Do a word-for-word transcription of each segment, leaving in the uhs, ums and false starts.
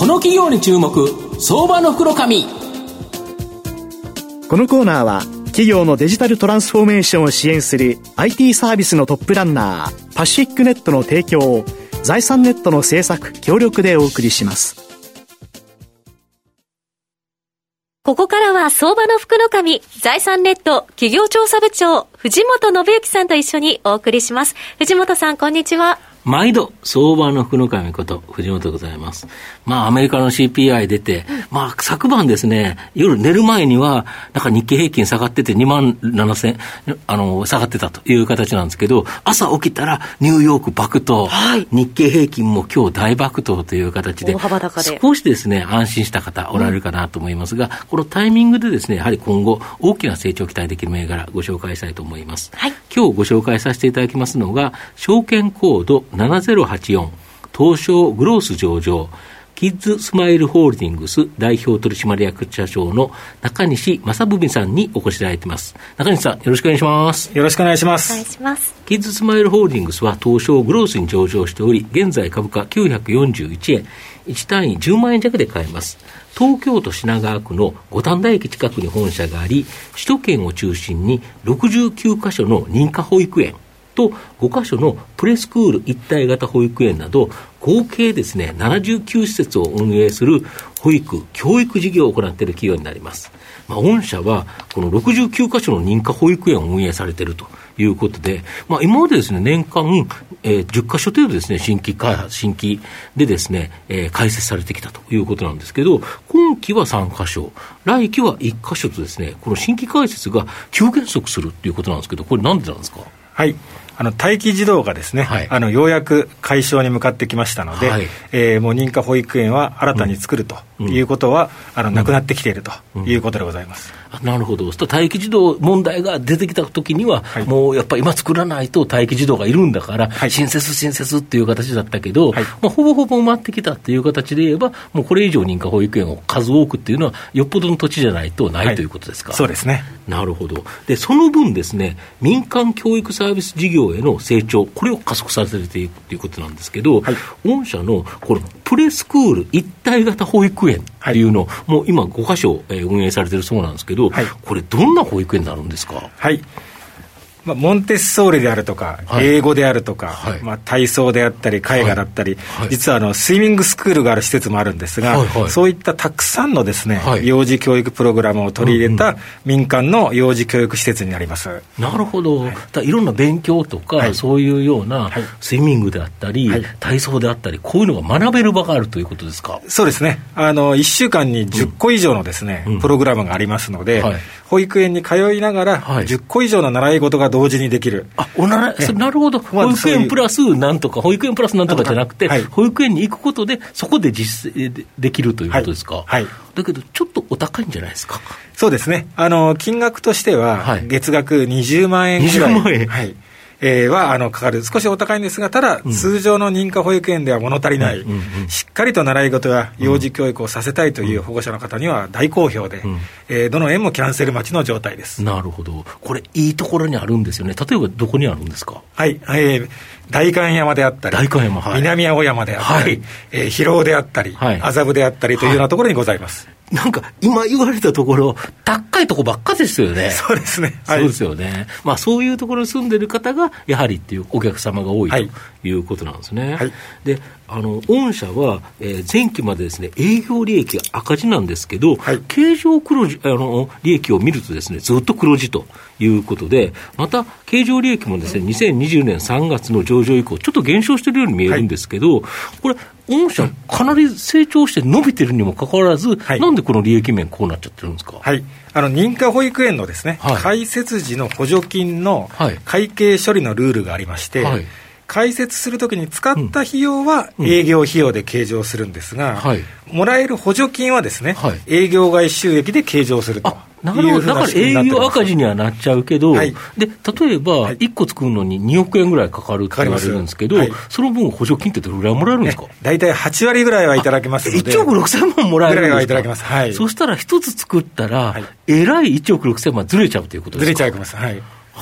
この企業に注目、相場の袋紙。 このコーナーは企業のデジタルトランスフォーメーションを支援する アイティー サービスのトップランナーパシフィックネットの提供を財産ネットの制作協力でお送りします。 ここからは相場の福の神、財産ネット企業調査部長藤本信之さんと一緒にお送りします。藤本さん、こんにちは。 毎度相場の福の神こと藤本でございます。まあアメリカの シーピーアイ 出て、まあ昨晩ですね、夜寝る前にはなんか日経平均下がっててにまんななせんあの下がってたという形なんですけど、朝起きたらニューヨーク爆騰、はい、日経平均も今日大爆騰という形で、大幅高で少しですね安心した方おられるかなと思いますが、うん、このタイミングでですね、やはり今後大きな成長を期待できる銘柄ご紹介したいと思います。はい、今日ご紹介させていただきますのが証券コードななぜろはちよん東証グロース上場キッズスマイルホールディングス代表取締役社長の中西正文さんにお越しいただいています。中西さん、よろしくお願いします。 よろしくお願いします。 お願いします。 キッズスマイルホールディングスは東証グロースに上場しており、現在株価きゅうひゃくよんじゅういちえん、いち単位じゅうまんえん弱で買えます。東京都品川区の五反田駅近くに本社があり、首都圏を中心にろくじゅうきゅうカ所の認可保育園とごカ所のプレスクール一体型保育園など合計ですねななじゅうきゅう施設を運営する保育教育事業を行っている企業になります。まあ、御社はこのろくじゅうきゅうカ所の認可保育園を運営されているということで、まあ、今までですね年間、えー、じゅっカ所程度ですね新規開発新規でですね、えー、開設されてきたということなんですけど、今期はさんカ所、来期はいっカ所とですねこの新規開設が急減速するということなんですけど、これなんでなんですか？ はい、あの待機児童がですね、はい、あのようやく解消に向かってきましたので、はい、えー、もう認可保育園は新たに作るということは、うん、あのなくなってきているということでございます。 うんうん、なるほど。待機児童問題が出てきたときには、はい、もうやっぱり今作らないと待機児童がいるんだから、はい、新設新設っていう形だったけど、はい、まあ、ほぼほぼ埋まってきたっていう形で言えば、もうこれ以上認可保育園を数多くっていうのはよっぽどの土地じゃないとない、はい、ということですか？ そうですね。 なるほど。でその分ですね、民間教育サービス事業への成長、これを加速させていくということなんですけど、はい、御社のこのプレスクール一体型保育園っていうのを、はい、もう今ごカ所運営されているそうなんですけど、はい、これどんな保育園になるんですか？ はい、まあ、モンテッソーリであるとか、はい、英語であるとか、はい、まあ、体操であったり絵画だったり、はいはい、実はあのスイミングスクールがある施設もあるんですが、はいはい、そういったたくさんのですね、はい、幼児教育プログラムを取り入れた民間の幼児教育施設になります。 なるほど、はい、だいろんな勉強とか、はい、そういうようなスイミングであったり、はい、体操であったり、こういうのが学べる場があるということですか？ そうですね。あのいっしゅうかんにじゅっこ以上のですね、うん、プログラムがありますので、はい、保育園に通いながら、はい、じゅっこ以上の習い事が同時にできる。 あ、おなら、それなるほど。保育園プラスなんとか、保育園プラスなんとかじゃなくて、はい、保育園に行くことでそこで実践で、できるということですか？はいはい、だけどちょっとお高いんじゃないですか？ そうですね。あの金額としては月額にじゅうまんえんぐらい、にじゅうまんえん、はい、えー、はあのかかる。少しお高いんですが、ただ、うん、通常の認可保育園では物足りない、うんうんうん、しっかりと習い事や幼児教育をさせたいという保護者の方には大好評で、うん、えー、どの園もキャンセル待ちの状態です。 なるほど。これいいところにあるんですよね。例えばどこにあるんですか？ はい、えー、代官山であったり、 代官山、はい、 南青山であったり、はい、えー、広尾であったり、はい、麻布であったりというようなところにございます。 はい、なんか今言われたところ高いとこばっかですよね。 そうですね、 はい、そうですよね。まあ、そういうところに住んでる方がやはりっていうお客様が多い、はい、ということなんですね。はい、であの御社は、えー、前期までですね営業利益が赤字なんですけど、はい、経常黒字あの利益を見るとですねずっと黒字ということで、また経常利益もですねにせんにじゅうねんさんがつの上場以降ちょっと減少しているように見えるんですけど、はい、これ御社かなり成長して伸びてるにもかかわらず、はい、なんでこの利益面こうなっちゃってるんですか？ はい、あの認可保育園のですね、はい、開設時の補助金の会計処理のルールがありまして、はい、開設するときに使った費用は営業費用で計上するんですが、うんうん、はい、もらえる補助金はですね、はい、営業外収益で計上すると。 あ、なるほど。だから営業赤字にはなっちゃうけど、はい、で例えばいっこ作るのににおくえんぐらいかかるって言われるんですけど、はい、その分補助金ってどれぐらいもらえるんですか？ 大体はちわりぐらいはいただけますので、 いちおくろくせんまんもらえるんですか？ぐらいはいただけます。はい、 そしたら一つ作ったら、はい、えらいいちおくろくせんまんずれちゃうということですか？ ずれちゃいます。はい、は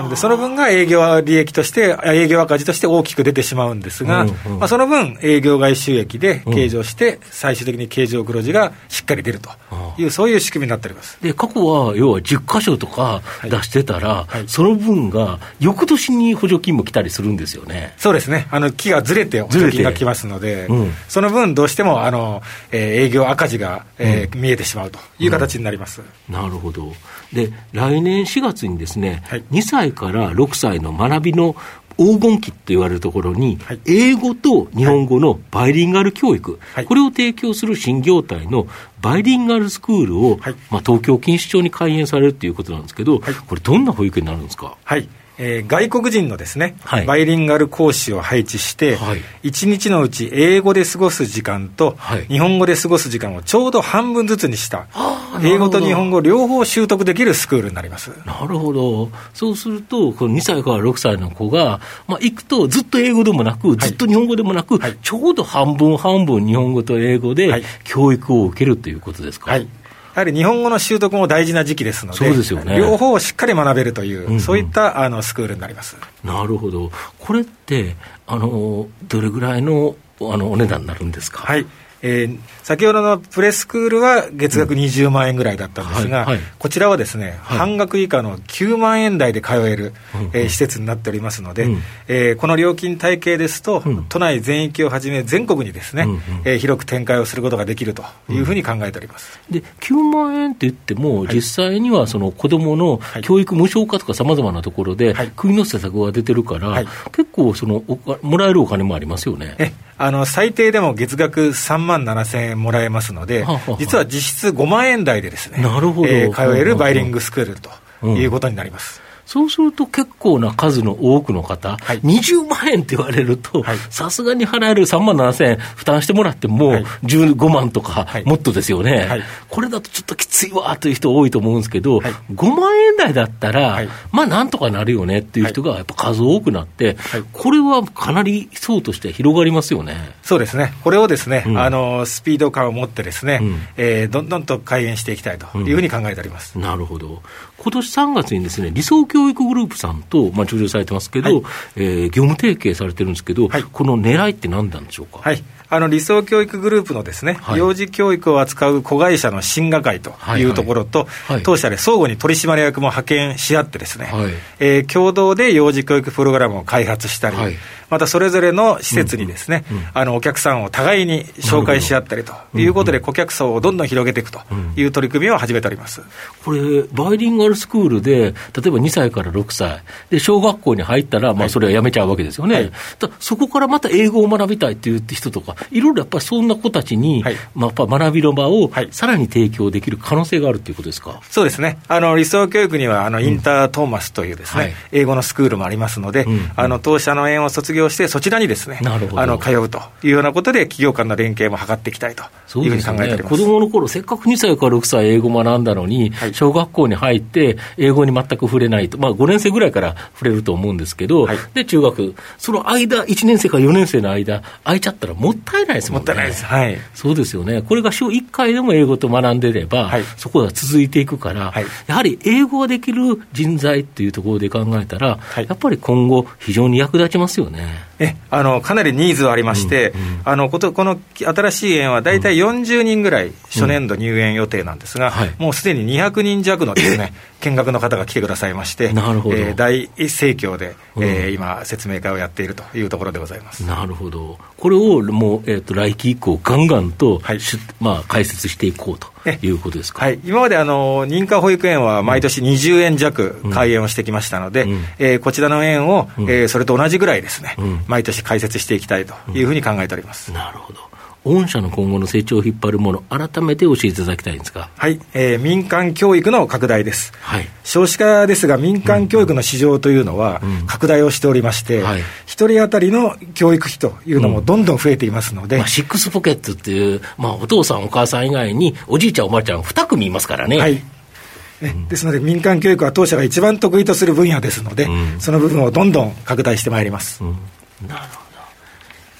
なのでその分が営業利益として営業赤字として大きく出てしまうんですが、うんうん、まあ、その分営業外収益で計上して最終的に経常黒字がしっかり出るという、うん、そういう仕組みになっております。 で過去は要はじゅっかしょとか出してたら、はいはい、その分が翌年に補助金も来たりするんですよね。 そうですね、あの期がずれて補助金が来ますので、うん、その分どうしてもあの、えー、営業赤字が、えーうん、見えてしまうという形になります、 うん、なるほど。で来年しがつにですね、はい、にさいからろくさいの学びの黄金期と言われるところに、はい、英語と日本語のバイリンガル教育、はい、これを提供する新業態のバイリンガルスクールを、はい、まあ、東京錦糸町に開園されるということなんですけど、はい、これどんな保育園になるんですか？ はい、えー、外国人のですね、はい、バイリンガル講師を配置して、はい、いちにちのうち英語で過ごす時間と、はい、日本語で過ごす時間をちょうど半分ずつにした、英語と日本語両方習得できるスクールになります。 なるほど。そうするとこのにさいからろくさいの子が、まあ、行くとずっと英語でもなく、はい、ずっと日本語でもなく、はい、ちょうど半分半分日本語と英語で教育を受けるということですか？ はい、やはり日本語の習得も大事な時期ですので、 そうですよね、 両方をしっかり学べるという、うんうん、そういったあのスクールになります。 なるほど。これってあのどれぐらいの、あのお値段になるんですか？ はい、えー、先ほどのプレスクールは月額にじゅうまんえんぐらいだったんですが、うんはいはい、こちらはですね、はい、半額以下のきゅうまんえん台で通える、うんえー、施設になっておりますので、うんえー、この料金体系ですと、うん、都内全域をはじめ全国にですね、うんうんえー、広く展開をすることができるというふうに考えております、 うん、できゅうまんえんって言っても、はい、実際にはその子どもの教育無償化とかさまざまなところで、はい、国の施策が出てるから、はい、結構そのおもらえるお金もありますよね。 えあの最低でも月額さんまんななせんえんもらえますので、ははは実は実質ごまんえん台でですね、 なるほど、 えー、通えるバイリングスクールということになります、うん。 そうすると結構な数の多くの方、はい、にじゅうまんえんって言われると、さすがに払えるさんまんななせんえん負担してもらってもじゅうごまんとかもっとですよね、はいはい、これだとちょっときついわという人多いと思うんですけど、はい、ごまんえん台だったら、はい、まあなんとかなるよねっていう人がやっぱ数多くなって、はい、これはかなり層として広がりますよね。 そうですね、これをですね、うん、あのスピード感を持ってですね、うんえー、どんどんと開園していきたいというふうに考えております、 うん、なるほど。今年さんがつにですね、理想教育グループさんと、まあ、上場されてますけど、はいえー、業務提携されてるんですけど、はい、この狙いって何なんでしょうか？ はい、あの理想教育グループのですね、はい、幼児教育を扱う子会社の新賀会というところと、はいはい、当社で相互に取締役も派遣し合ってですね、はいえー、共同で幼児教育プログラムを開発したり、はい、またそれぞれの施設にですね、うんうん、あのお客さんを互いに紹介し合ったりということで、顧客層をどんどん広げていくという取り組みを始めております、うん、 これバイリンガルスクールで例えばにさいからろくさいで小学校に入ったら、まあ、それはやめちゃうわけですよね、はい、だそこからまた英語を学びたいっていう人とかいろいろやっぱりそんな子たちに、はいまあ、やっぱ学びの場をさらに提供できる可能性があるということですか？ そうですね、あの理想教育にはあのインタートーマスというですね、うんはい、英語のスクールもありますので、うんうん、あの当社の園を卒業してそちらにですねあの通うというようなことで企業間の連携も図っていきたいというふうに考えております。そうですね、子どもの頃せっかくにさいからろくさい英語学んだのに、はい、小学校に入って英語に全く触れないと、まあ、ごねんせいぐらいから触れると思うんですけど、はい、で中学その間いちねんせいからよねんせいの間空いちゃったらもったいないですもんね。 もったいないです、はい、 そうですよね。これが週いっかいでも英語と学んでれば、はい、そこが続いていくから、はい、やはり英語ができる人材っていうところで考えたら、はい、やっぱり今後非常に役立ちますよね。 えあのかなりニーズはありまして、うんうん、あのことこの新しい園はだいたいよんじゅうにんぐらい初年度入園予定なんですが、うんはい、もうすでににひゃくにん弱のですね見学の方が来てくださいまして、なるほど、えー、大盛況で、うんえー、今説明会をやっているというところでございます。 なるほど。これをもう、えー、と来期以降ガンガンと、はいまあ、解説していこうということですか？ はい、今まであの認可保育園は毎年にじゅうえん弱開園をしてきましたので、うんえー、こちらの園を、うんえー、それと同じぐらいですね、うん、毎年開設していきたいというふうに考えております、 うん、なるほど。御社の今後の成長を引っ張るもの改めて教えていただきたいんですか？ はい、えー、民間教育の拡大です、はい、少子化ですが民間教育の市場というのは拡大をしておりまして、うんはい、一人当たりの教育費というのもどんどん増えていますので、うんまあ、シックスポケットっていう、まあ、お父さんお母さん以外におじいちゃんおばあちゃんに組いますからね、 はいね、ですので民間教育は当社が一番得意とする分野ですので、うん、その部分をどんどん拡大してまいります、うん、なるほど。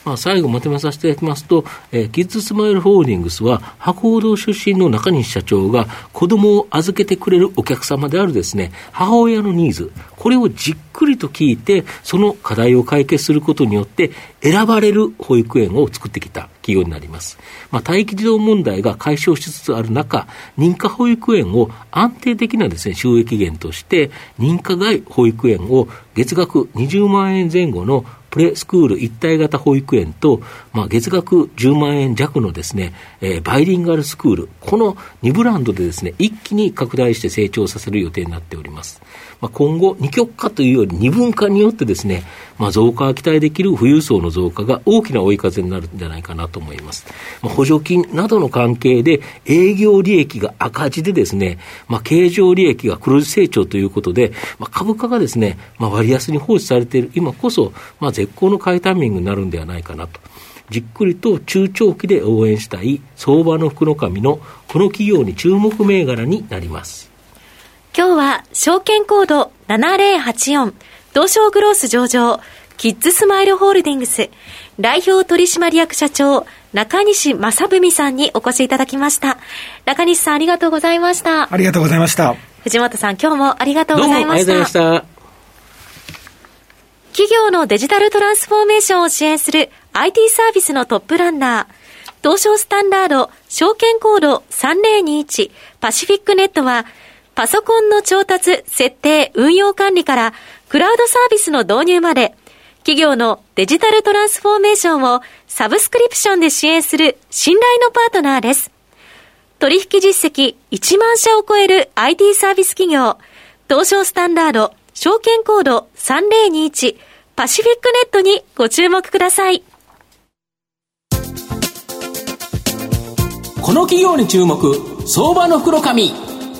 まあ、最後まとめさせていただきますと、えー、キッズスマイルホールディングスは博報堂出身の中西社長が子供を預けてくれるお客様であるですね、母親のニーズ、これをじっくりと聞いて、その課題を解決することによって選ばれる保育園を作ってきた企業になります。まあ、待機児童問題が解消しつつある中、認可保育園を安定的なですね、収益源として認可外保育園を月額にじゅうまんえんぜん後のプレスクール一体型保育園と、まあ、月額じゅうまんえん弱のですね、えー、バイリンガルスクール、このにブランドでですね、一気に拡大して成長させる予定になっております。まあ、今後二極化というより二分化によってですね、まあ、増加が期待できる富裕層の増加が大きな追い風になるんじゃないかなと思います。まあ、補助金などの関係で営業利益が赤字でですね、まあ、経常利益が黒字成長ということで、まあ、株価がですね、まあ、割安に放置されている今こそ、まあ、絶好の買いタイミングになるんではないかなと、じっくりと中長期で応援したい相場の福の神のこの企業に注目銘柄になります。 今日は証券コードななぜろはちよん東証グロース上場キッズスマイルホールディングス代表取締役社長中西正文さんにお越しいただきました。中西さん、ありがとうございました。 ありがとうございました。 藤本さん、今日もありがとうございました。 どうもありがとうございました。 企業のデジタルトランスフォーメーションを支援する アイティー サービスのトップランナー、東証スタンダード証券コードさんぜろにいちパシフィックネットは、パソコンの調達、設定、運用管理からクラウドサービスの導入まで、企業のデジタルトランスフォーメーションをサブスクリプションで支援する信頼のパートナーです。取引実績いちまん社を超える アイティー サービス企業、東証スタンダード証券コードさんぜろにいちパシフィックネットにご注目ください。 この企業に注目、相場の福神。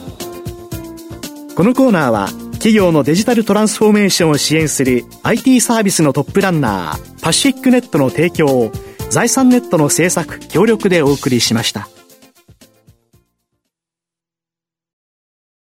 このコーナーは企業のデジタルトランスフォーメーションを支援する アイティー サービスのトップランナーパシフィックネットの提供を財産ネットの制作協力でお送りしました。